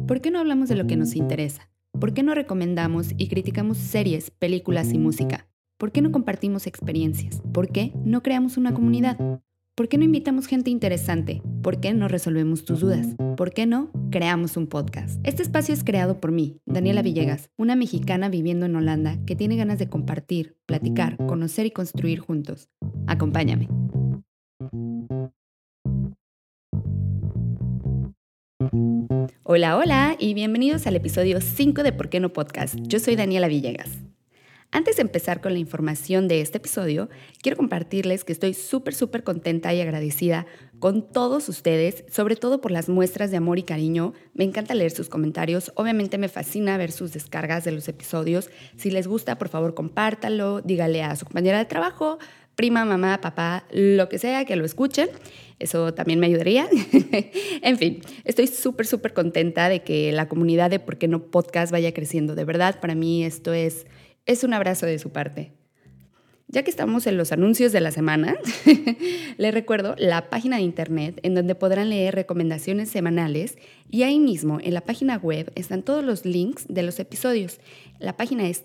¿Por qué no hablamos de lo que nos interesa? ¿Por qué no recomendamos y criticamos series, películas y música? ¿Por qué no compartimos experiencias? ¿Por qué no creamos una comunidad? ¿Por qué no invitamos gente interesante? ¿Por qué no resolvemos tus dudas? ¿Por qué no creamos un podcast? Este espacio es creado por mí, Daniela Villegas, una mexicana viviendo en Holanda que tiene ganas de compartir, platicar, conocer y construir juntos. Acompáñame. Hola, hola y bienvenidos al episodio 5 de ¿Por qué no podcast? Yo soy Daniela Villegas. Antes de empezar con la información de este episodio, quiero compartirles que estoy súper contenta y agradecida con todos ustedes, sobre todo por las muestras de amor y cariño. Me encanta leer sus comentarios, obviamente me fascina ver sus descargas de los episodios. Si les gusta, por favor, compártalo, dígale a su compañera de trabajo, prima, mamá, papá, lo que sea, que lo escuchen. Eso también me ayudaría. En fin, estoy súper contenta de que la comunidad de ¿Por qué no podcast vaya creciendo? De verdad, para mí esto es un abrazo de su parte. Ya que estamos en los anuncios de la semana, les recuerdo la página de internet en donde podrán leer recomendaciones semanales y ahí mismo en la página web están todos los links de los episodios. La página es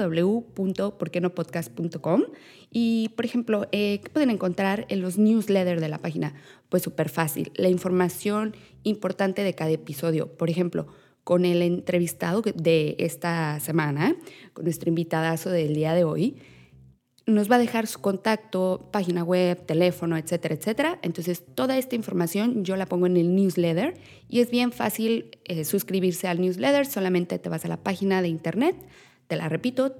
www.porquenopodcast.com y, por ejemplo, ¿qué pueden encontrar en los newsletters de la página? Pues súper fácil, la información importante de cada episodio. Por ejemplo, con el entrevistado de esta semana, con nuestro invitadazo del día de hoy, nos va a dejar su contacto, página web, teléfono, etcétera, etcétera. Entonces, toda esta información yo la pongo en el newsletter y es bien fácil suscribirse al newsletter. Solamente te vas a la página de internet, te la repito,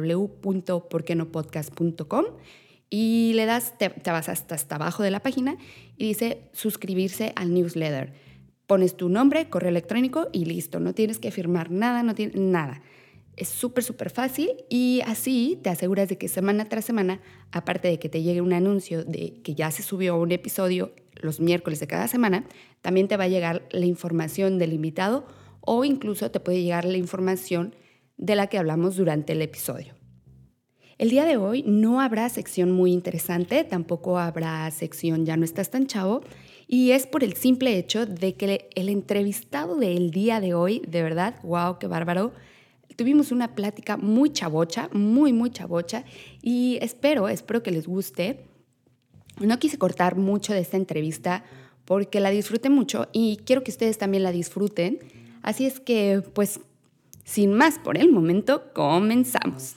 www.porquenopodcast.com y le das, te vas hasta abajo de la página y dice suscribirse al newsletter. Pones tu nombre, correo electrónico y listo. No tienes que firmar nada, no tienes nada. Es súper fácil y así te aseguras de que semana tras semana, aparte de que te llegue un anuncio de que ya se subió un episodio los miércoles de cada semana, también te va a llegar la información del invitado o incluso te puede llegar la información de la que hablamos durante el episodio. El día de hoy no habrá sección muy interesante, tampoco habrá sección Ya no estás tan chavo, y es por el simple hecho de que el entrevistado del día de hoy, de verdad, wow, qué bárbaro. Tuvimos una plática muy chavocha, muy chavocha, y espero que les guste. No quise cortar mucho de esta entrevista porque la disfruté mucho y quiero que ustedes también la disfruten. Así es que, pues, sin más por el momento, comenzamos.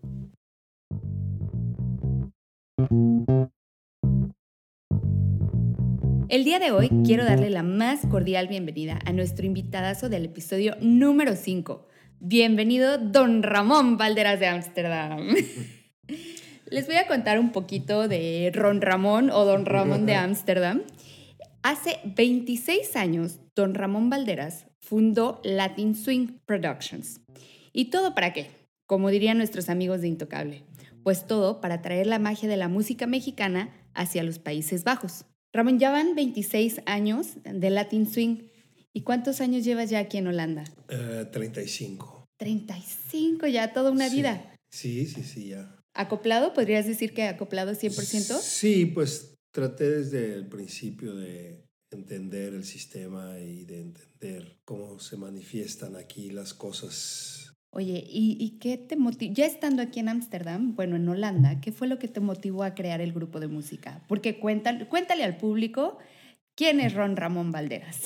El día de hoy quiero darle la más cordial bienvenida a nuestro invitadazo del episodio número 5. Bienvenido, don Ramón Valderas de Ámsterdam. Les voy a contar un poquito de Ron Ramón o don Ramón de Ámsterdam. Hace 26 años, don Ramón Valderas fundó Latin Swing Productions. ¿Y todo para qué? Como dirían nuestros amigos de Intocable. Pues todo para traer la magia de la música mexicana hacia los Países Bajos. Ramón, ya van 26 años de Latin Swing. ¿Y cuántos años llevas ya aquí en Holanda? 35. 35, ya toda una vida. Sí, ya. ¿Acoplado? ¿Podrías decir que acoplado 100%? Sí, pues traté desde el principio de entender el sistema y de entender cómo se manifiestan aquí las cosas. Oye, ¿y qué te motivó? Ya estando aquí en Ámsterdam, bueno, en Holanda, ¿qué fue lo que te motivó a crear el grupo de música? Porque cuéntale al público quién es Ron Ramón Valderas.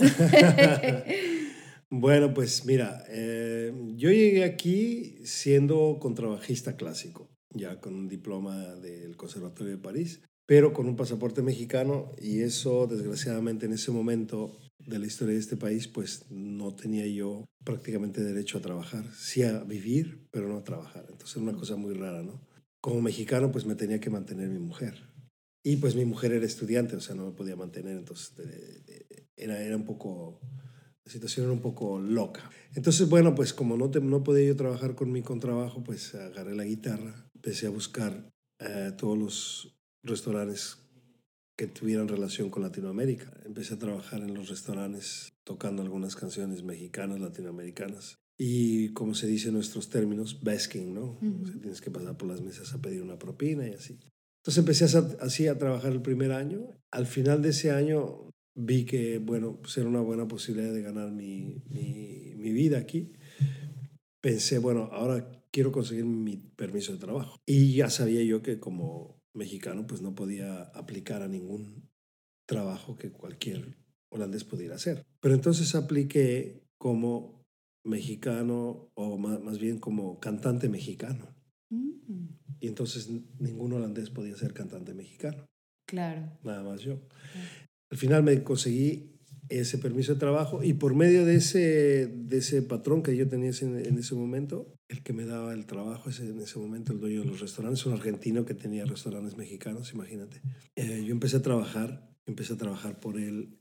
Bueno, pues mira, yo llegué aquí siendo contrabajista clásico, ya con un diploma del Conservatorio de París, pero con un pasaporte mexicano, y eso desgraciadamente en ese momento de la historia de este país, pues no tenía yo prácticamente derecho a trabajar, sí a vivir, pero no a trabajar. Entonces era una cosa muy rara, ¿no? Como mexicano, pues me tenía que mantener mi mujer. Y pues mi mujer era estudiante, o sea, no me podía mantener, entonces era un poco... La situación era un poco loca. Entonces, bueno, pues como no podía yo trabajar con mi contrabajo, pues agarré la guitarra, empecé a buscar todos los restaurantes que tuvieran relación con Latinoamérica. Empecé a trabajar en los restaurantes tocando algunas canciones mexicanas, latinoamericanas. Y como se dice en nuestros términos, basking, ¿no? O sea, tienes que pasar por las mesas a pedir una propina y así. Entonces empecé así a trabajar el primer año. Al final de ese año vi que, bueno, pues era una buena posibilidad de ganar mi mi vida aquí, pensé, bueno, ahora quiero conseguir mi permiso de trabajo. Y ya sabía yo que como mexicano pues no podía aplicar a ningún trabajo que cualquier holandés pudiera hacer. Pero entonces apliqué como mexicano o más bien como cantante mexicano. Y entonces ningún holandés podía ser cantante mexicano. Claro. Nada más yo. Al final me conseguí ese permiso de trabajo y por medio de ese patrón que yo tenía en ese momento, el que me daba el trabajo en ese momento, el dueño de los restaurantes, un argentino que tenía restaurantes mexicanos, imagínate. Yo empecé a trabajar por él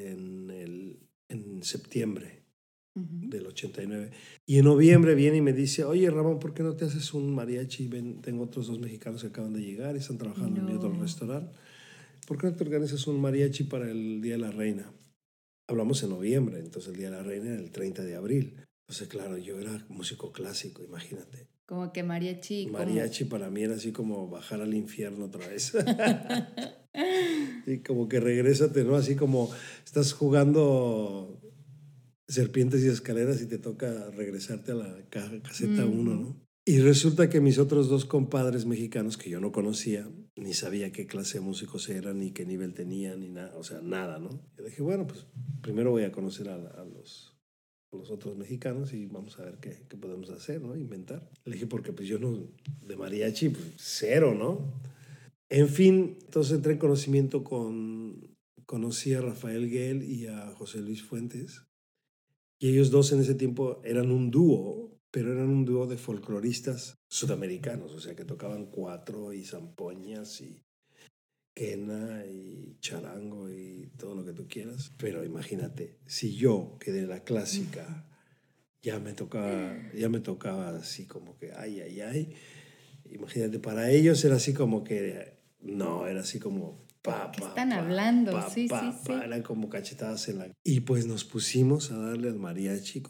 en septiembre del 89. Y en noviembre viene y me dice, oye Ramón, ¿por qué no te haces un mariachi? Ven, tengo otros 2 mexicanos que acaban de llegar y están trabajando en mi otro restaurante. ¿Por qué no te organizas un mariachi para el Día de la Reina? Hablamos en noviembre, entonces el Día de la Reina era el 30 de abril. Entonces, claro, yo era músico clásico, imagínate. Como que mariachi. Mariachi para mí era así como bajar al infierno otra vez. Y como que regrésate, ¿no? Así como estás jugando serpientes y escaleras y te toca regresarte a la caseta 1, ¿no? Y resulta que mis otros 2 compadres mexicanos que yo no conocía, ni sabía qué clase de músicos eran, ni qué nivel tenían, ni nada, o sea, nada, ¿no? Yo dije, bueno, pues primero voy a conocer a los otros mexicanos y vamos a ver qué podemos hacer, ¿no? Inventar. Le dije, porque pues yo no, de mariachi, pues cero, ¿no? En fin, entonces entré en conocimiento conocí a Rafael Guel y a José Luis Fuentes. Y ellos 2 en ese tiempo eran un dúo, pero eran un dúo de folcloristas sudamericanos, o sea, que tocaban cuatro y zampoñas y quena y charango y todo lo que tú quieras. Pero imagínate, si yo, que de la clásica ya me tocaba así como que, ay, imagínate, para ellos era así como que, no, era así como... ¿Qué están hablando? Sí. Eran como cachetadas en la... Y pues nos pusimos a darle al mariachi.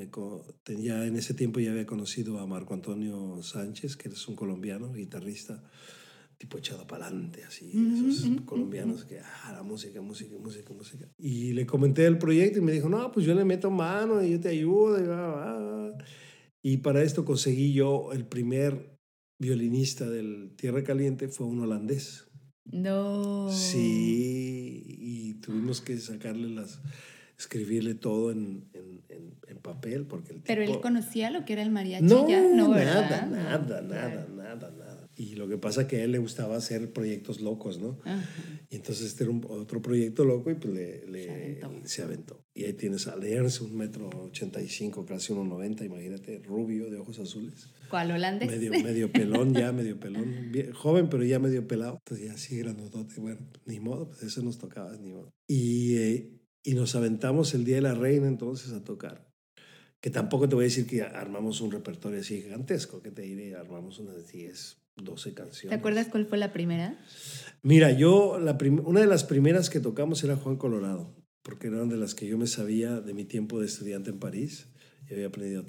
Ya en ese tiempo ya había conocido a Marco Antonio Sánchez, que es un colombiano, guitarrista, tipo echado para adelante, así, esos colombianos que, la música. Y le comenté el proyecto y me dijo, no, pues yo le meto mano y yo te ayudo. Y para esto conseguí yo el primer violinista del Tierra Caliente, fue un holandés. No. Sí, y tuvimos que escribirle todo en papel porque el tipo... ¿Pero él conocía lo que era el mariachi no, ya? No, ¿verdad? Nada. Y lo que pasa es que a él le gustaba hacer proyectos locos, ¿no? Ajá. Y entonces este era otro proyecto loco y pues se aventó. Y ahí tienes a Leers, 1,85 m, casi 1,90 m, imagínate, rubio, de ojos azules. ¿Cuál holandés? Medio pelón. Bien, joven, pero ya medio pelado. Entonces ya así grandotote. Bueno, ni modo, pues eso nos tocaba, ni modo. Y nos aventamos el Día de la Reina entonces a tocar. Que tampoco te voy a decir que armamos un repertorio así gigantesco, que te diré, armamos unas 10, 12 canciones. ¿Te acuerdas cuál fue la primera? Mira, una de las primeras que tocamos era Juan Colorado, porque eran de las que yo me sabía de mi tiempo de estudiante en París. Y había aprendido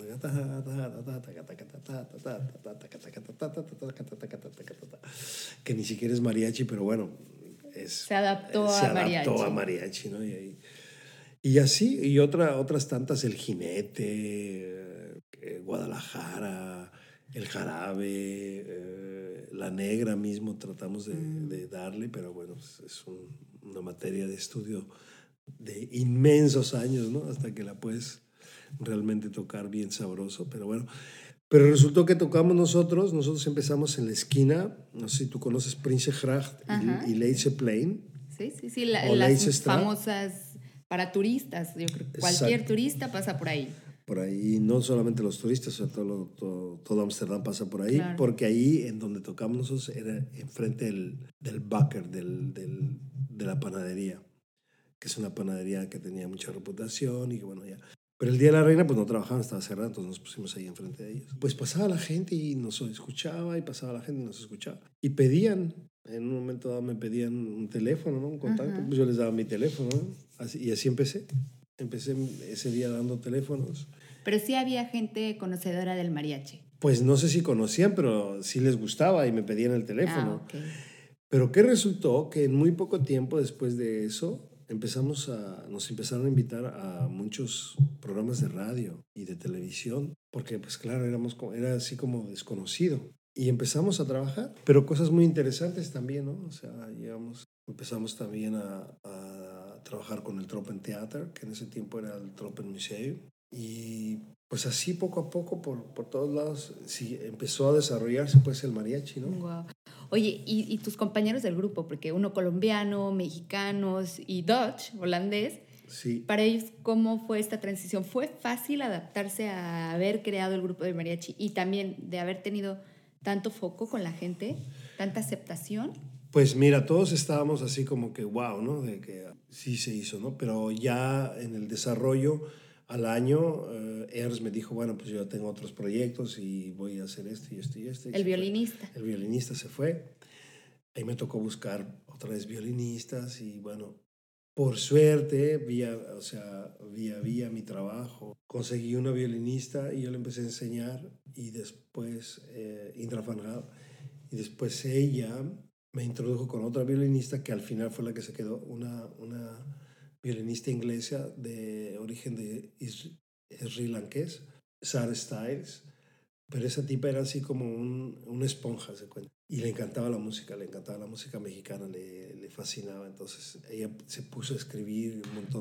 que ni siquiera es mariachi, pero bueno, se adaptó a mariachi, ¿no? Y así, y otras tantas, El Jinete, Guadalajara, El Jarabe, La Negra mismo tratamos de darle, pero bueno, es una materia de estudio de inmensos años, ¿no? Hasta que la puedes realmente tocar bien sabroso, pero bueno. Pero resultó que tocamos nosotros empezamos en la esquina, no sé si tú conoces Prinsengracht y Leidseplein. Sí, las famosas para turistas, yo creo que cualquier turista pasa por ahí. Por ahí, no solamente los turistas, o sea, todo Ámsterdam pasa por ahí, claro. Porque ahí en donde tocamos nosotros era enfrente del Bakker, de la panadería, que es una panadería que tenía mucha reputación y que bueno, ya. Pero el Día de la Reina pues no trabajaban, estaba cerrado, entonces nos pusimos ahí enfrente de ellos. Pues pasaba la gente y nos escuchaba, y pasaba la gente y nos escuchaba. Y pedían, en un momento dado me pedían un teléfono, ¿no? Un contacto, pues yo les daba mi teléfono, ¿no? Y así empecé. Empecé ese día dando teléfonos. Pero sí había gente conocedora del mariachi. Pues no sé si conocían, pero sí les gustaba y me pedían el teléfono. Okay. Pero ¿qué resultó? Que en muy poco tiempo después de eso nos empezaron a invitar a muchos programas de radio y de televisión, porque pues claro, era así como desconocido. Y empezamos a trabajar, pero cosas muy interesantes también, ¿no? O sea, empezamos también a trabajar con el Tropentheater, que en ese tiempo era el Tropenmuseum. Y pues así poco a poco, por todos lados, sí, empezó a desarrollarse pues el mariachi, ¿no? Wow. Oye, ¿y tus compañeros del grupo? Porque uno colombiano, mexicanos y Dutch, holandés. Sí. Para ellos, ¿cómo fue esta transición? ¿Fue fácil adaptarse a haber creado el grupo de mariachi y también de haber tenido tanto foco con la gente, tanta aceptación? Pues mira, todos estábamos así como que wow, ¿no? De que sí se hizo, ¿no? Pero ya en el desarrollo al año, Ernst me dijo, bueno, pues yo tengo otros proyectos y voy a hacer esto y esto y esto. El violinista. El violinista se fue. Ahí me tocó buscar otra vez violinistas y bueno, por suerte, vía mi trabajo, conseguí una violinista y yo le empecé a enseñar y después Indra Van Gaal, y después ella me introdujo con otra violinista que al final fue la que se quedó, una violinista inglesa de origen de sri lankés, Sarah Styles, pero esa tipa era así como una esponja, se cuenta. Y le encantaba la música mexicana, le fascinaba. Entonces ella se puso a escribir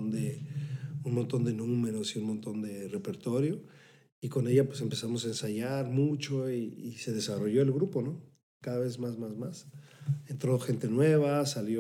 un montón de números y un montón de repertorio. Y con ella pues empezamos a ensayar mucho y se desarrolló el grupo, ¿no? Cada vez más. Entró gente nueva,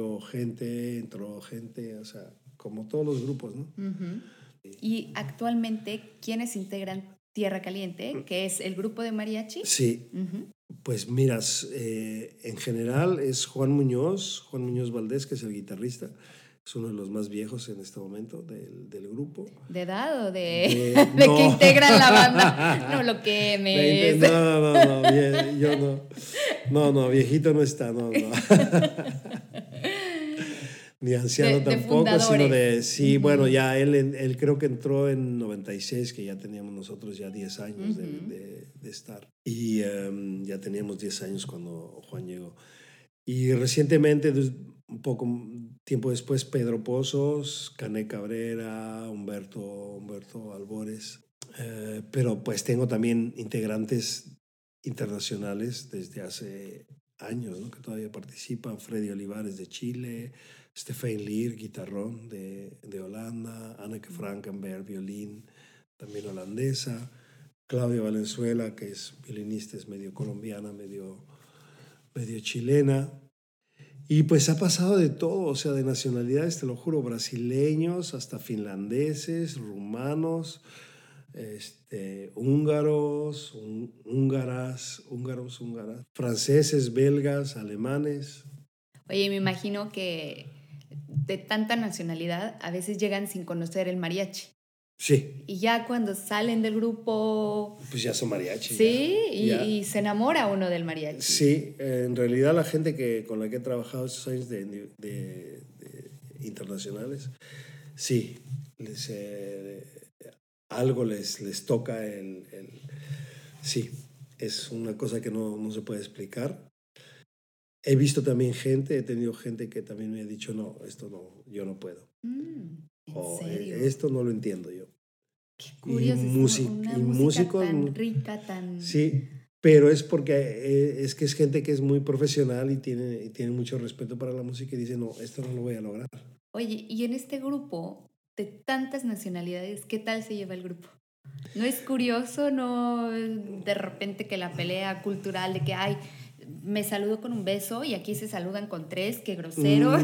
entró gente, o sea, como todos los grupos, ¿no? Uh-huh. Y actualmente, ¿quiénes integran Tierra Caliente, que es el grupo de mariachi? Sí. Uh-huh. Pues miras, en general es Juan Muñoz Valdés, que es el guitarrista. Es uno de los más viejos en este momento del grupo. ¿De edad o de que integran la banda? No lo quemes. No, yo no. No, viejito no está, no. Ni anciano tampoco, sino de... Sí, uh-huh. Bueno, ya él creo que entró en 96, que ya teníamos nosotros ya 10 años uh-huh. de estar. Y ya teníamos 10 años cuando Juan llegó. Y recientemente, un poco tiempo después, Pedro Pozos, Cané Cabrera, Humberto Albores. Pero pues tengo también integrantes internacionales desde hace años, ¿no? Que todavía participan. Freddy Olivares de Chile, Stefan Leer, guitarrón de Holanda, Anneke Frankenberg, violín, también holandesa. Claudia Valenzuela, que es violinista, es medio colombiana, medio chilena. Y pues ha pasado de todo, o sea, de nacionalidades, te lo juro, brasileños hasta finlandeses, rumanos, húngaros, franceses, belgas, alemanes. Oye, me imagino que de tanta nacionalidad a veces llegan sin conocer el mariachi. Sí. Y ya cuando salen del grupo... Pues ya son mariachi. Sí, y se enamora uno del mariachi. Sí, en realidad la gente con la que he trabajado estos años de internacionales, sí, algo les toca sí, es una cosa que no se puede explicar. He visto también he tenido gente que también me ha dicho, no, esto no, yo no puedo. ¿En serio? Esto no lo entiendo yo. Qué curioso, una música tan rica, tan... Sí, pero es porque es que es gente que es muy profesional y tiene mucho respeto para la música y dice, no, esto no lo voy a lograr. Oye, y en este grupo de tantas nacionalidades, ¿qué tal se lleva el grupo? ¿No es curioso, no de repente que la pelea cultural de que hay... me saludo con un beso y aquí se saludan con 3, qué grosero?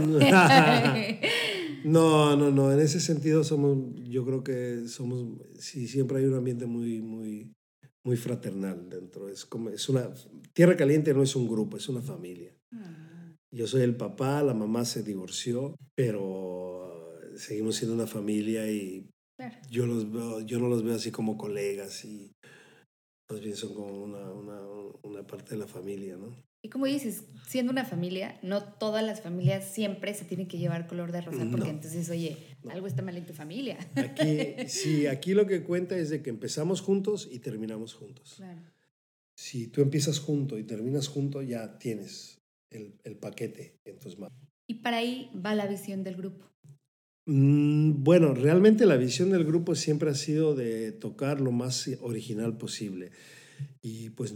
No, en ese sentido yo creo que sí, siempre hay un ambiente muy fraternal dentro. Tierra Caliente no es un grupo, es una familia. Yo soy el papá, la mamá se divorció, pero seguimos siendo una familia y claro. Yo no los veo así como colegas y más bien son como una parte de la familia, ¿no? Y como dices, siendo una familia, no todas las familias siempre se tienen que llevar color de rosa, porque entonces, oye, algo está mal en tu familia. Aquí lo que cuenta es de que empezamos juntos y terminamos juntos. Claro. Si tú empiezas junto y terminas junto, ya tienes el paquete en tus manos. Y para ahí va la visión del grupo. Bueno, realmente la visión del grupo siempre ha sido de tocar lo más original posible. Y pues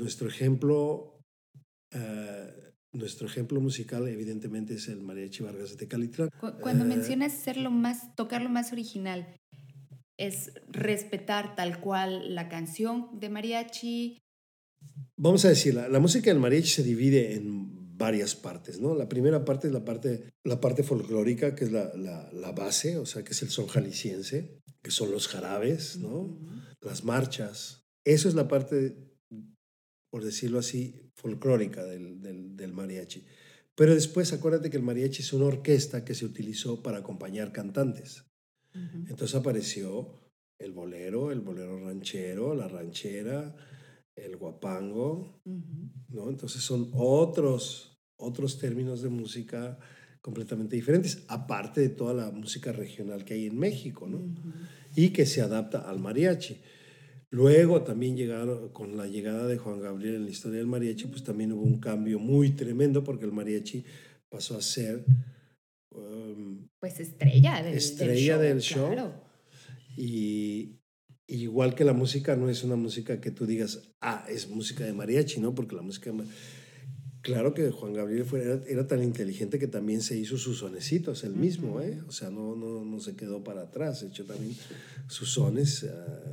nuestro ejemplo musical evidentemente es el Mariachi Vargas de Tecalitlán. Cuando mencionas tocar lo más original, ¿es respetar tal cual la canción de mariachi? Vamos a decir, la música del mariachi se divide en varias partes, ¿no? La primera parte es la parte folclórica, que es la base, o sea, que es el son jalisciense, que son los jarabes, ¿no? Uh-huh. Las marchas. Eso es la parte, por decirlo así, folclórica del mariachi. Pero después acuérdate que el mariachi es una orquesta que se utilizó para acompañar cantantes. Uh-huh. Entonces apareció el bolero ranchero, la ranchera, el guapango, Uh-huh. ¿no? Entonces son otros términos de música completamente diferentes, aparte de toda la música regional que hay en México, ¿no? Uh-huh. Y que se adapta al mariachi. Luego también con la llegada de Juan Gabriel en la historia del mariachi, pues también hubo un cambio muy tremendo porque el mariachi pasó a ser pues estrella del show. Claro. Y igual que la música, no es una música que tú digas, es música de mariachi, ¿no? Porque la música... Claro que Juan Gabriel era tan inteligente que también se hizo sus sonecitos él mismo, ¿eh? O sea, no se quedó para atrás, hecho también sus sones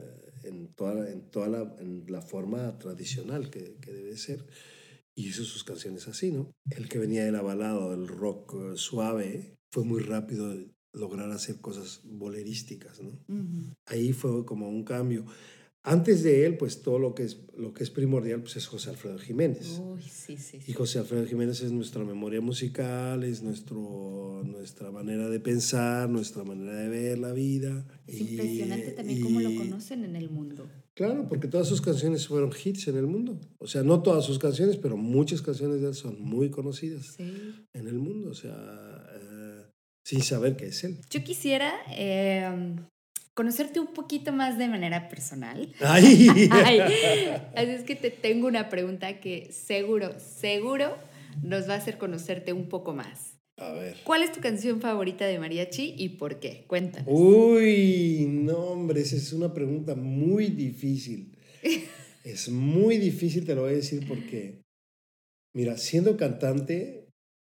en la forma tradicional que debe ser. Y hizo sus canciones así, ¿no? El que venía de la balada, del rock suave, fue muy rápido lograr hacer cosas bolerísticas, ¿no? Uh-huh. Ahí fue como un cambio. Antes de él, pues todo lo que es primordial, pues es José Alfredo Jiménez. Uy, sí. Y José Alfredo Jiménez es nuestra memoria musical, es nuestra manera de pensar, nuestra manera de ver la vida. Es impresionante también cómo lo conocen en el mundo. Claro, porque todas sus canciones fueron hits en el mundo. O sea, no todas sus canciones, pero muchas canciones de él son muy conocidas en el mundo. O sea, sin saber que es él. Yo quisiera conocerte un poquito más de manera personal. ¡Ay! Así es que te tengo una pregunta que seguro nos va a hacer conocerte un poco más. A ver. ¿Cuál es tu canción favorita de mariachi y por qué? Cuéntanos. Uy, no, hombre, esa es una pregunta muy difícil. Es muy difícil, te lo voy a decir porque, mira, siendo cantante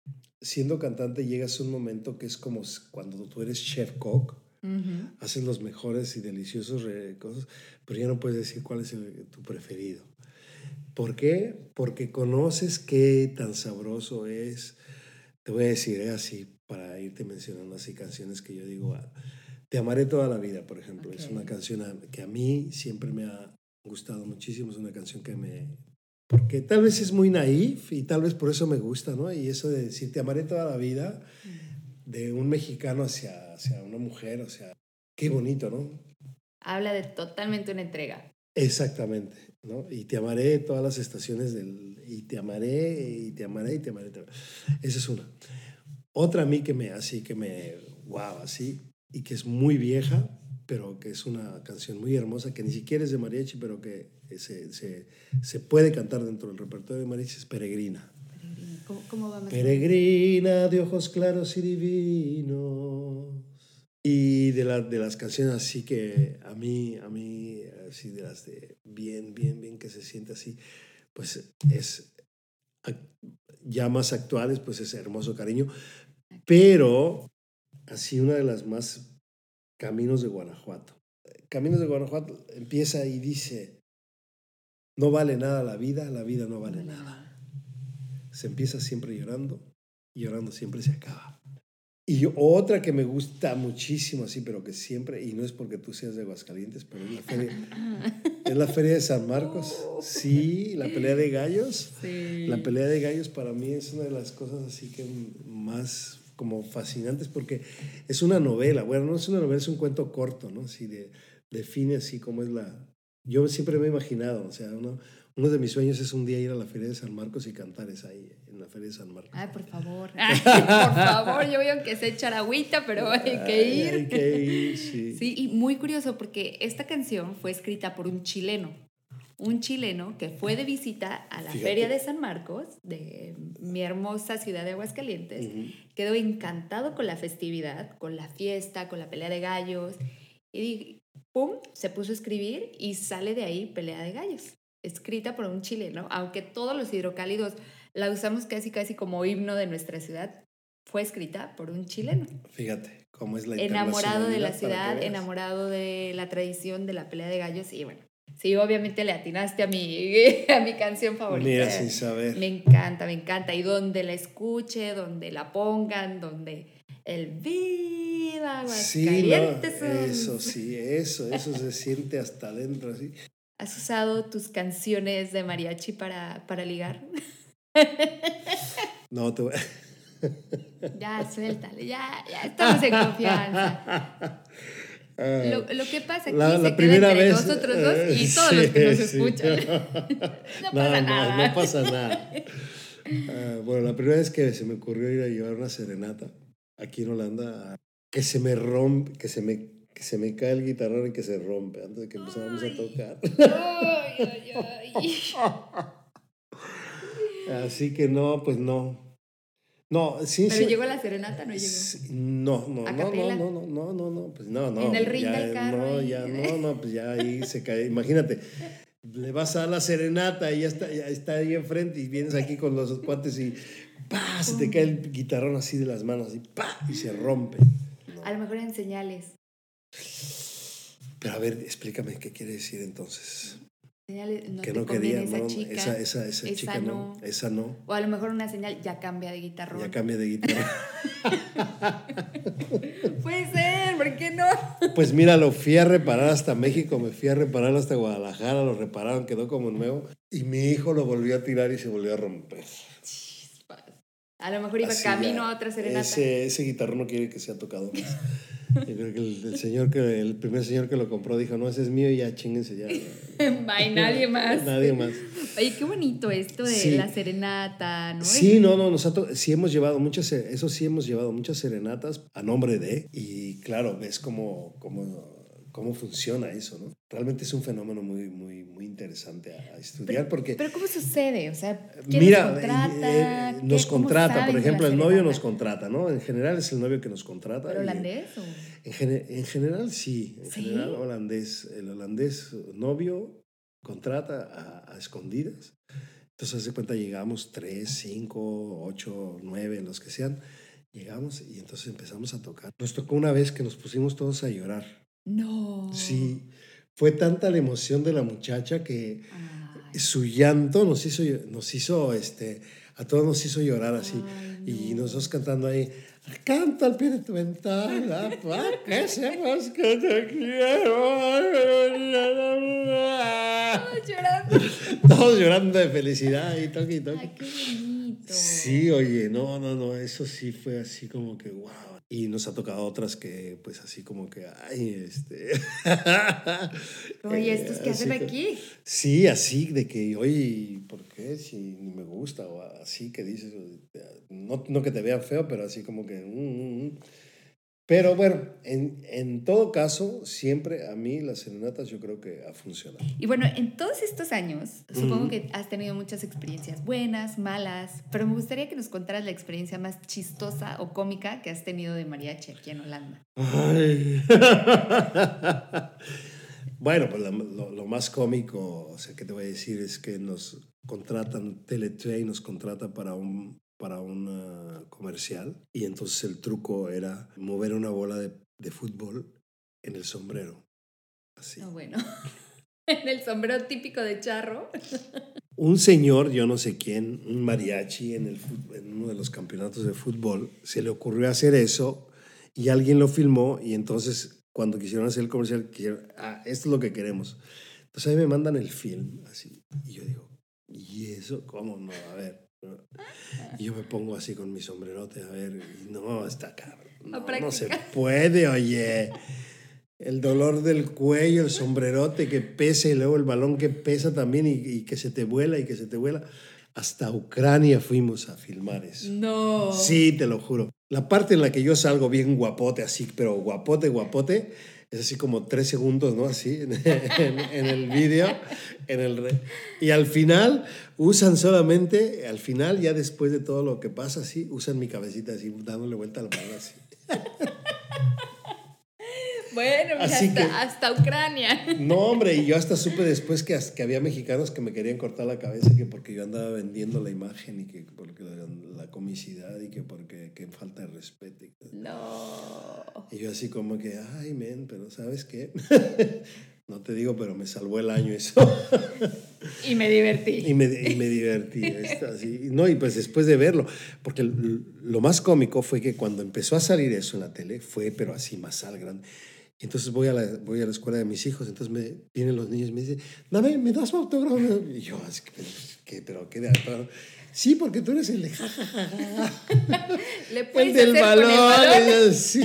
llegas a un momento que es como cuando tú eres chef cook, haces los mejores y deliciosos cosas, pero ya no puedes decir cuál es tu preferido. ¿Por qué? Porque conoces qué tan sabroso es. Te voy a decir, así, para irte mencionando así canciones que yo digo, Te amaré toda la vida, por ejemplo. Okay. Es una canción que a mí siempre me ha gustado muchísimo. Es una canción porque tal vez es muy naif y tal vez por eso me gusta, ¿no? Y eso de decir te amaré toda la vida, de un mexicano hacia una mujer, o sea, qué bonito, ¿no? Habla de totalmente una entrega. Exactamente, ¿no? Y te amaré todas las estaciones y te amaré, y te amaré, y te amaré. Esa es una. Otra a mí wow, así, y que es muy vieja, pero que es una canción muy hermosa, que ni siquiera es de mariachi, pero que se puede cantar dentro del repertorio de mariachi, es Peregrina. ¿Cómo va más? Peregrina de ojos claros y divinos. Y de las canciones así que a mí, así de las de bien, que se siente así, pues es ya más actuales, pues es Hermoso Cariño. Pero así una de las más, Caminos de Guanajuato. Caminos de Guanajuato empieza y dice, no vale nada la vida no vale nada. Se empieza siempre llorando, y llorando siempre se acaba. Y otra que me gusta muchísimo así, pero que siempre, y no es porque tú seas de Aguascalientes, pero es la feria de San Marcos. Sí, la pelea de gallos. Sí. La pelea de gallos para mí es una de las cosas así que más como fascinantes, porque es una novela. Bueno, no es una novela, es un cuento corto, ¿no? Así define así como es Yo siempre me he imaginado, o sea, uno de mis sueños es un día ir a la Feria de San Marcos y cantar ahí, en la Feria de San Marcos. Ay, por favor. Ay, por favor, yo veo que se echar agüita, pero hay que ir. Hay que ir, sí. Sí, y muy curioso porque esta canción fue escrita por un chileno un chileno que fue de visita a la Fíjate. Feria de San Marcos, de mi hermosa ciudad de Aguascalientes. Quedó encantado con la festividad, con la fiesta, con la pelea de gallos. Y pum, se puso a escribir y sale de ahí Pelea de Gallos, escrita por un chileno, aunque todos los hidrocálidos la usamos casi como himno de nuestra ciudad. Fue escrita por un chileno. Fíjate cómo es la Enamorado de la internacionalidad, para que ciudad, veas. enamorado de la tradición de la pelea de gallos. Y bueno, sí, obviamente le atinaste a mi canción favorita. Mira, sin saber. Me encanta. Y donde la escuche, donde la pongan, donde el Viva Sí, no, Aguascalientes. eso se siente hasta adentro, así. ¿Has usado tus canciones de mariachi para ligar? No, te voy... Ya, suéltale, ya estamos en confianza. Lo que pasa aquí La se queda primera entre vez, nosotros dos y todos los que nos escuchan. No pasa nada. No pasa nada. Bueno, la primera vez que se me ocurrió ir a llevar una serenata aquí en Holanda, que se me rompe, que se me cae el guitarrón y que se rompe antes de que empezáramos a tocar. Ay. Así que no, pues no. No, sí, Pero sí. llegó la serenata, ¿no llegó? No, ¿A capela? pues no. En el ring del carro. No, ahí. ya, pues ya ahí se cae. Imagínate, le vas a dar la serenata y ya está ahí enfrente y vienes aquí con los cuates y ¡pah! Se te cae el guitarrón así de las manos y ¡pah! Y se rompe. No. A lo mejor en señales. Pero a ver, explícame qué quiere decir entonces. Señales, no Que te no conviene quería, esa no, chica. esa chica no, esa no. O a lo mejor una señal, ya cambia de guitarrón. Ya cambia de guitarra. Puede ser, ¿por qué no? Pues mira, lo fui a reparar hasta México, me fui a reparar hasta Guadalajara, lo repararon, quedó como nuevo. Y mi hijo lo volvió a tirar y se volvió a romper. A lo mejor iba Así camino ya, a otra serenata. Ese guitarrón no quiere que sea tocado más. Yo creo que el primer señor que lo compró dijo, no, ese es mío y ya, chinguense ya. Bye, nadie más. Nadie más. Oye, qué bonito esto de Sí. la serenata, ¿no? Sí, sí hemos llevado muchas serenatas a nombre de, y claro, ves cómo funciona eso, ¿no? Realmente es un fenómeno muy, muy, muy interesante a estudiar porque... Pero ¿cómo sucede? O sea, ¿quién Mira, nos contrata? nos ¿Cómo contrata, saben por de ejemplo, la el novio serenata? nos contrata, ¿no? En general es el novio que nos contrata. ¿Pero holandés o...? En general sí, ¿Sí? general holandés. El holandés novio contrata a escondidas. Entonces, haz de cuenta, llegamos 3, 5, 8, 9, los que sean. Llegamos y entonces empezamos a tocar. Nos tocó una vez que nos pusimos todos a llorar. No. Sí, fue tanta la emoción de la muchacha que Ay. su llanto nos hizo a todos nos hizo llorar así. Ay, Y no. nosotros cantando ahí, canta al pie de tu ventana, para que sepas que te quiero. Todos llorando. Todos llorando de felicidad y toque y toque. Ay, qué bonito. Sí, oye, no, eso sí fue así como que wow. Y nos ha tocado otras que, pues así como que, ay, Oye, ¿estos qué hacen así que- aquí? Sí, así de que, oye, ¿por qué? Si ni me gusta, o así que dices, no que te vean feo, pero así como que... Pero bueno, en todo caso, siempre a mí las serenatas yo creo que ha funcionado. Y bueno, en todos estos años, supongo que has tenido muchas experiencias buenas, malas, pero me gustaría que nos contaras la experiencia más chistosa o cómica que has tenido de mariachi aquí en Holanda. Ay. Bueno, pues lo más cómico, o sea, ¿qué te voy a decir? Es que nos contratan, Tele2 nos contrata para un comercial y entonces el truco era mover una bola de fútbol en el sombrero. Así. No, bueno, en el sombrero típico de charro. Un señor, yo no sé quién, un mariachi en uno de los campeonatos de fútbol, se le ocurrió hacer eso y alguien lo filmó y entonces cuando quisieron hacer el comercial, esto es lo que queremos. Entonces ahí me mandan el film, así, y yo digo, ¿y eso cómo no? A ver. ¿No? Y yo me pongo así con mi sombrerote, a ver, y no, está cabrón, no se puede, oye. El dolor del cuello, el sombrerote que pesa y luego el balón que pesa también y que se te vuela y que se te vuela. Hasta Ucrania fuimos a filmar eso. No. Sí, te lo juro. La parte en la que yo salgo bien guapote, así, pero guapote, Es así como 3 segundos, ¿no? Así, en el vídeo. Y al final usan solamente, al final, ya después de todo lo que pasa, así, usan mi cabecita así, dándole vuelta al mano así. Bueno, mira, Así que, hasta Ucrania. no, hombre, y yo hasta supe después que había mexicanos que me querían cortar la cabeza, que porque yo andaba vendiendo la imagen y que porque la comicidad y que porque que falta de respeto. No. Y yo así como que, ay, men, pero ¿sabes qué? No te digo, pero me salvó el año eso. Y me divertí. Y me divertí. Así. No, y pues después de verlo, porque lo más cómico fue que cuando empezó a salir eso en la tele, fue pero así más al grande. Entonces voy a la escuela de mis hijos, entonces vienen los niños y me dicen, dame, ¿me das un autógrafo? Y yo, así que, pero ¿qué de autógrafo? Sí, porque tú eres el de jajaja. ¿Le puedes El del hacer con el balón? sí.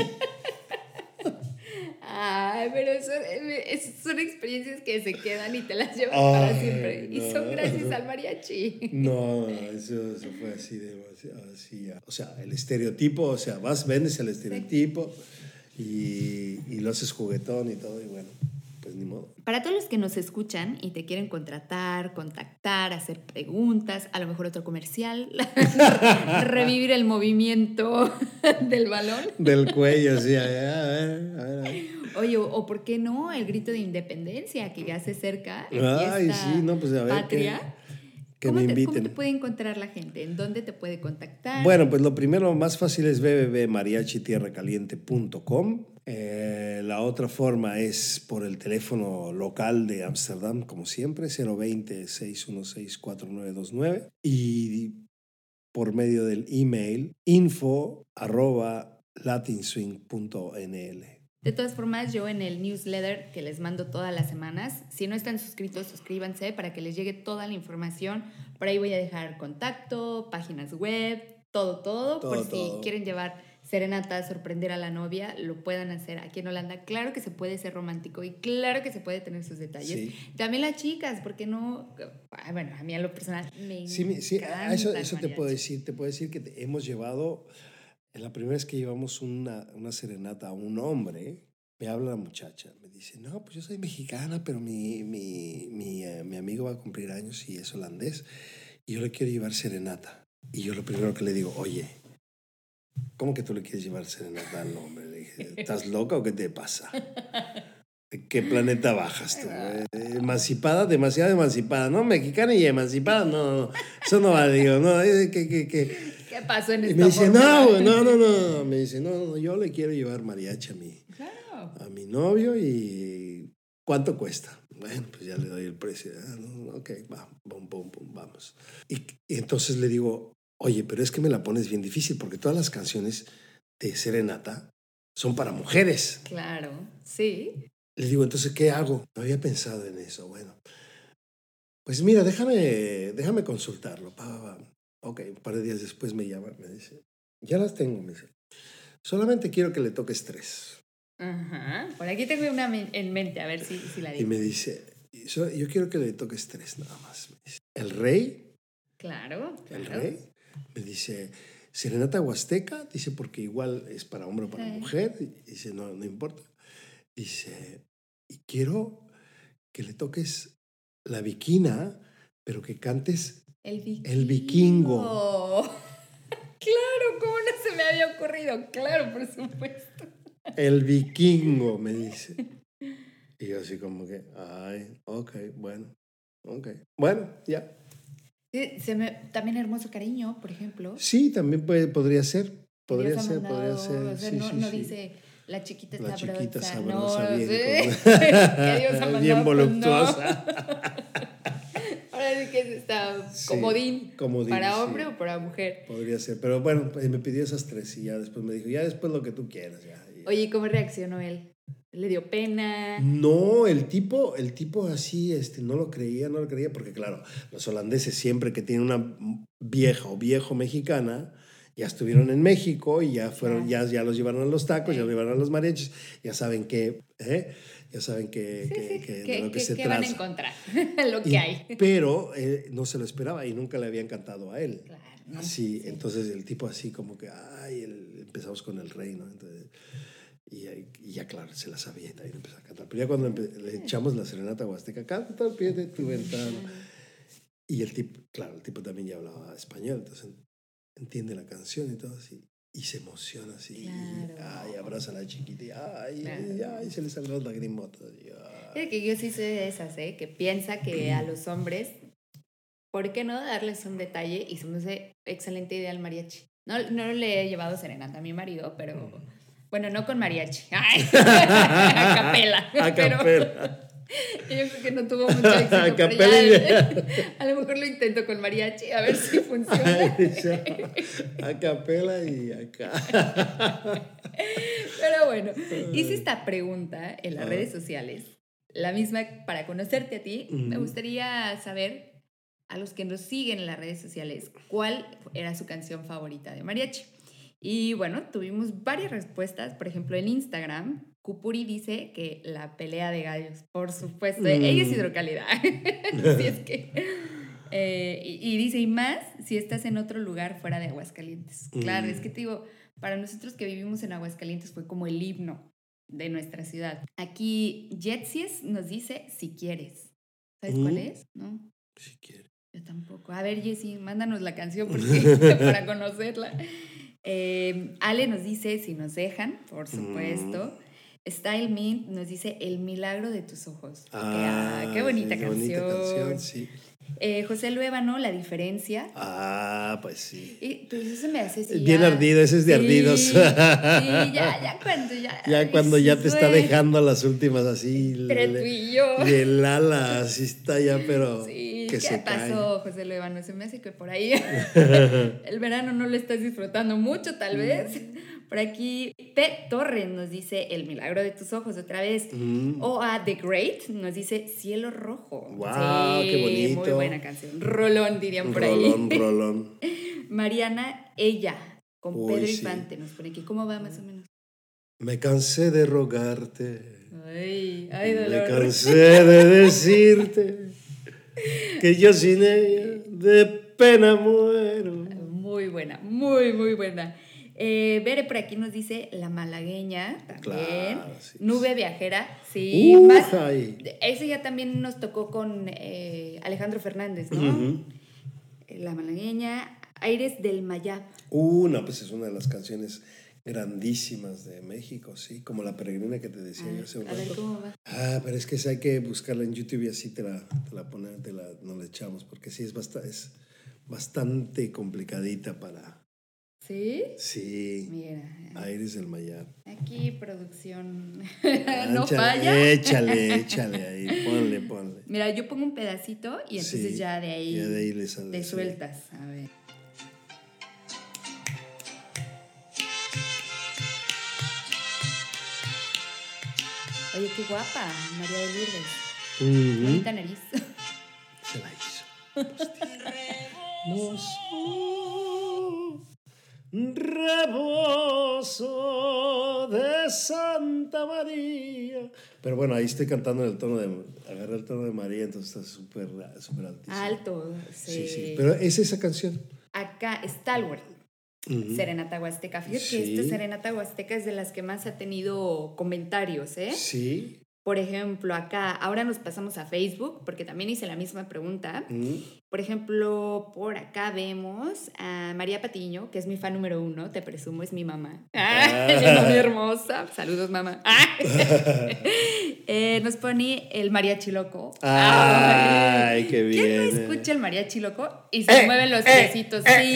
Ay, pero son experiencias que se quedan y te las llevas para siempre. No, Y son gracias al mariachi. No, eso fue así así. O sea, el estereotipo, o sea, vendes el estereotipo y lo haces juguetón y todo, y bueno, pues ni modo. Para todos los que nos escuchan y te quieren contratar, contactar, hacer preguntas, a lo mejor otro comercial, revivir el movimiento del balón. Del cuello, sí, a ver. Oye, o ¿por qué no? El grito de independencia que ya se acerca. Ay, sí, no, pues a ver. Patria. Que me inviten. ¿Cómo te puede encontrar la gente? ¿En dónde te puede contactar? Bueno, pues lo primero, más fácil es www.mariachitierracaliente.com. La otra forma es por el teléfono local de Ámsterdam, como siempre, 020-616-4929. Y por medio del email info@latinswing.nl. De todas formas, yo en el newsletter que les mando todas las semanas, si no están suscritos, suscríbanse para que les llegue toda la información. Por ahí voy a dejar contacto, páginas web, todo por si quieren llevar serenata, sorprender a la novia, lo puedan hacer aquí en Holanda. Claro que se puede ser romántico y claro que se puede tener sus detalles. Sí. También las chicas, ¿por qué no? Bueno, a mí a lo personal me encanta. Eso te puedo decir. Te puedo decir que hemos llevado, la primera vez que llevamos una serenata a un hombre, me habla la muchacha, me dice, no, pues yo soy mexicana, pero mi amigo va a cumplir años y es holandés, y yo le quiero llevar serenata. Y yo lo primero que le digo, oye, ¿cómo que tú le quieres llevar serenata al hombre? Le dije, ¿estás loca o qué te pasa? ¿De qué planeta bajas tú? Emancipada, demasiado emancipada. No, mexicana y emancipada, no. Eso no va, digo, no. ¿Qué pasó en esta Y me dice, fórmula? no. Me dice, no, yo le quiero llevar mariachi Claro. a mi novio y ¿cuánto cuesta? Bueno, pues ya le doy el precio. Ok, vamos. Y entonces le digo, oye, pero es que me la pones bien difícil porque todas las canciones de serenata son para mujeres. Claro, sí. Le digo, entonces, ¿qué hago? No había pensado en eso. Bueno, pues mira, déjame consultarlo. Ok, un par de días después me llama, me dice, ya las tengo, me dice. Solamente quiero que le toques 3. Ajá. Por aquí tengo una en mente, a ver si la digo. Y me dice, yo quiero que le toques 3 nada más. Me dice, el rey. Claro. El rey. Me dice, serenata huasteca. Dice, porque igual es para hombre o para mujer. Dice, no importa. Dice, y quiero que le toques la viquina, pero que cantes el vikingo. Claro, ¿cómo no se me había ocurrido? Claro, por supuesto. El vikingo, me dice. Y yo así como que, ay, ok, bueno, ya. También Hermoso Cariño, por ejemplo. Sí, también podría ser. Podría ser. O sea, sí, no sí. dice la chiquita la sabrosa. Chiquita sabrosa, no, bien, que Dios ha mandado, bien voluptuosa. Ahora sí que está comodín ¿para hombre o para mujer? Podría ser, pero bueno, pues me pidió esas 3 y ya después me dijo, ya después lo que tú quieras. Ya. Oye, ¿cómo reaccionó él? ¿Le dio pena? No, el tipo así no lo creía porque claro, los holandeses siempre que tienen una vieja o viejo mexicana, ya estuvieron en México y ya fueron, ya los llevaron a los tacos, ya los llevaron a los mariachis, ya saben que de lo que se trata. Van a encontrar lo que hay. Pero no se lo esperaba y nunca le habían cantado a él. Claro, ¿no? Así, sí. Entonces el tipo así como que, empezamos con el rey, ¿no? Entonces, Y ya, claro, se la sabía y también empezó a cantar. Pero ya cuando le echamos la serenata huasteca, canta al pie de tu ventana. Y el tipo también ya hablaba español, entonces entiende la canción y todo así. Y se emociona así. Claro. Y abraza a la chiquita. Claro. Y se le salen las lagrimotas. Es que yo sí soy de esas, que piensa que a los hombres, ¿por qué no darles un detalle? Y se me hace excelente idea el mariachi. No le he llevado serenata a mi marido, pero bueno, no con mariachi. Ay, a capela. A capela. Yo creo que no tuvo mucho éxito. A capela. A lo mejor lo intento con mariachi, a ver si funciona. A capela y acá. Pero bueno, hice esta pregunta en las redes sociales, la misma para conocerte a ti. Me gustaría saber, a los que nos siguen en las redes sociales, cuál era su canción favorita de mariachi. Y bueno, tuvimos varias respuestas. Por ejemplo, en Instagram, Cupuri dice que La pelea de gallos, por supuesto. Ella es hidrocálida. Así es que... y dice, y más si estás en otro lugar fuera de Aguascalientes. Claro, es que te digo, para nosotros que vivimos en Aguascalientes fue como el himno de nuestra ciudad. Aquí Jetsies nos dice, si quieres. ¿Sabes cuál es? ¿No? Si quieres. Yo tampoco. A ver, Jessie, mándanos la canción porque, para conocerla. Ale nos dice, si nos dejan, por supuesto. Style Mint nos dice, El milagro de tus ojos. Qué bonita sí, canción. Bonita canción, sí. José Luébano, La diferencia. Pues sí. Y pues eso me hace así. Bien ardido, ese es de ardidos. Sí, ya cuando ya. Ya cuando ya te está dejando las últimas así. Entre tú y yo. Y el ala así está ya, pero sí, que ¿qué se pasó, cae. José Luébano? Se me hace que por ahí el verano no lo estás disfrutando mucho, tal vez. Por aquí, P. Torres nos dice El milagro de tus ojos otra vez. O a The Great nos dice Cielo rojo. ¡Wow! Sí, ¡Qué bonito! Muy buena canción. Rolón, dirían por ahí. Rolón. Mariana, Ella, con Pedro Sí. Infante. Nos pone aquí. ¿Cómo va más o menos? Me cansé de rogarte. Ay, Me dolor. cansé de decirte que yo sin ella de pena muero. Muy buena, muy buena. Bere por aquí nos dice La malagueña también. Claro, sí. Nube viajera, sí. Ese ya también nos tocó con Alejandro Fernández, ¿no? La malagueña, Aires del Mayab. No, pues es una de las canciones grandísimas de México, sí, como La peregrina que te decía yo hace un rato. A ver cómo va. Pero es que esa hay que buscarla en YouTube y así te la ponemos, nos la echamos, porque sí es bastante complicadita para... ¿Sí? Sí. Mira. Aires del Mayab. Aquí producción no falla. Échale ahí, ponle. Mira, yo pongo un pedacito y entonces Sí, ya de ahí le sale, te sueltas. A ver. Oye, qué guapa, María de Lourdes. Bonita nariz. Se la hizo. Rebozo de Santa María. Pero bueno, ahí estoy cantando en el tono agarré el tono de María, entonces está súper altísimo. Alto, sí. Sí. Pero es esa canción. Acá, Stalwart. Serenata Huasteca. Fíjate que esta Serenata Huasteca es de las que más ha tenido comentarios, ¿eh? Sí. Por ejemplo, acá, ahora nos pasamos a Facebook, porque también hice la misma pregunta. Por ejemplo, por acá vemos a María Patiño, que es mi fan número 1, te presumo, es mi mamá. Es mi mami hermosa. Saludos, mamá. Nos pone el mariachi loco. Ay, qué bien. ¿Quién no escucha el mariachi loco? Y se mueven los piecitos. Sí.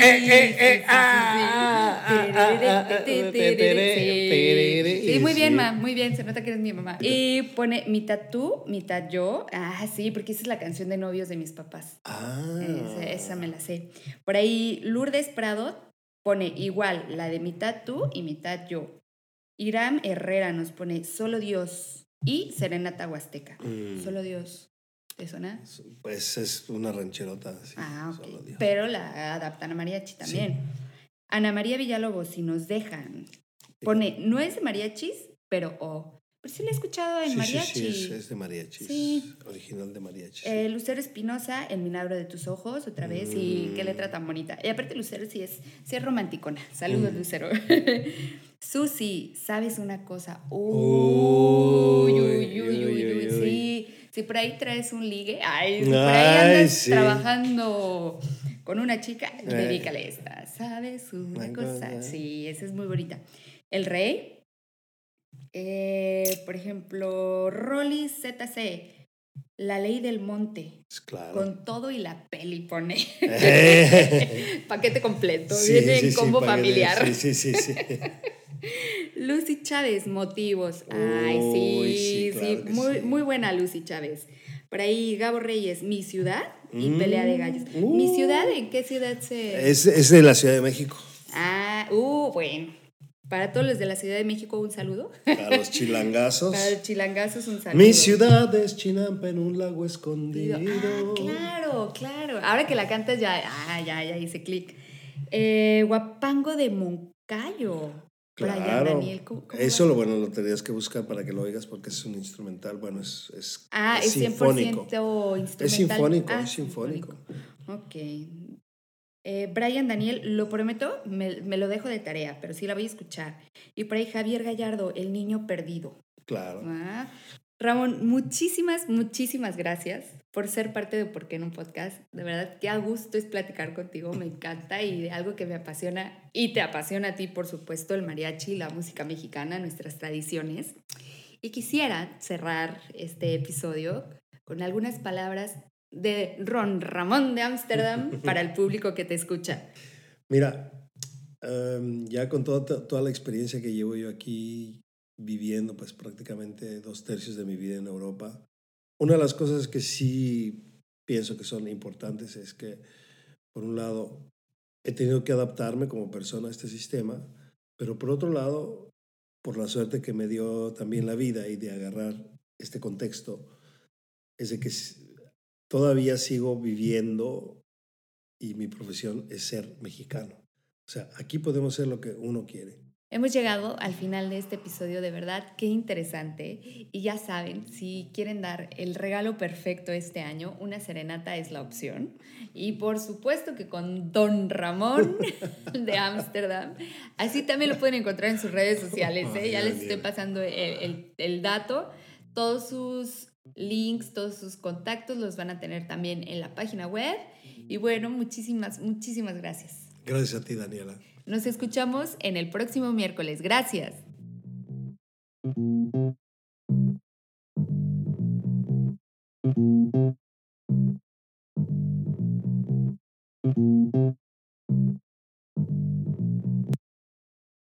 Sí, muy bien, ma, muy bien. Se nota que eres mi mamá. Y pone mitad tú, mitad yo. Sí, porque esa es la canción de novios de mis papás. Esa me la sé. Por ahí Lourdes Prado pone igual la de mitad tú y mitad yo. Iram Herrera nos pone Solo Dios y Serenata Huasteca. Solo Dios. ¿Te suena? Pues es una rancherota. Sí, ok. Solo Dios. Pero la adaptan a mariachi también. Sí. Ana María Villalobos, si nos dejan, pone, no es de mariachis, pero Pues sí, la he escuchado en mariachi. Sí, es de mariachis. Sí. Original de mariachis. Lucero Espinosa, El milagro de tus ojos, otra vez, y qué letra tan bonita. Y aparte Lucero sí es romanticona. Saludos, Lucero. Susi, ¿sabes una cosa? Uy, si por ahí traes un ligue, si por ahí andas trabajando con una chica, dedícale esta. ¿Sabes una cosa? Sí, esa es muy bonita. El Rey, por ejemplo, Rolly ZC, La Ley del Monte. Claro. Con todo y la peli pone. Paquete completo, viene en combo familiar. Sí. Lucy Chávez, Motivos. Ay, sí, claro, muy, muy buena Lucy Chávez. Por ahí Gabo Reyes, Mi Ciudad y Pelea de Gallos. ¿Mi ciudad? ¿En qué ciudad se...? Es de la Ciudad de México. Bueno. Para todos los de la Ciudad de México, un saludo. Para los chilangazos. Para los chilangazos, un saludo. Mi ciudad es Chinampa en un lago escondido. Claro. Ahora que la cantas ya hice clic. Guapango de Moncayo. Claro. Brian Daniel, ¿cómo eso lo tenías que buscar para que lo oigas porque es un instrumental. Bueno, es sinfónico. 100% instrumental. Es sinfónico. Ok. Brian Daniel, lo prometo, me lo dejo de tarea, pero sí la voy a escuchar. Y por ahí Javier Gallardo, El niño perdido. Claro. Ramón, muchísimas gracias por ser parte de Por qué en un podcast. De verdad, qué a gusto es platicar contigo, me encanta y de algo que me apasiona y te apasiona a ti, por supuesto, el mariachi, la música mexicana, nuestras tradiciones. Y quisiera cerrar este episodio con algunas palabras de Ron Ramón de Ámsterdam para el público que te escucha. Mira, ya con toda la experiencia que llevo yo aquí viviendo pues prácticamente 2/3 de mi vida en Europa, una de las cosas que sí pienso que son importantes es que, por un lado, he tenido que adaptarme como persona a este sistema, pero por otro lado, por la suerte que me dio también la vida y de agarrar este contexto, es de que todavía sigo viviendo y mi profesión es ser mexicano. O sea, aquí podemos ser lo que uno quiere. Hemos llegado al final de este episodio, de verdad, qué interesante. Y ya saben, si quieren dar el regalo perfecto este año, una serenata es la opción. Y por supuesto que con Don Ramón de Ámsterdam. Así también lo pueden encontrar en sus redes sociales. Ya les estoy pasando el dato. Todos sus links, todos sus contactos los van a tener también en la página web. Y bueno, muchísimas gracias. Gracias a ti, Daniela. Nos escuchamos en el próximo miércoles. Gracias.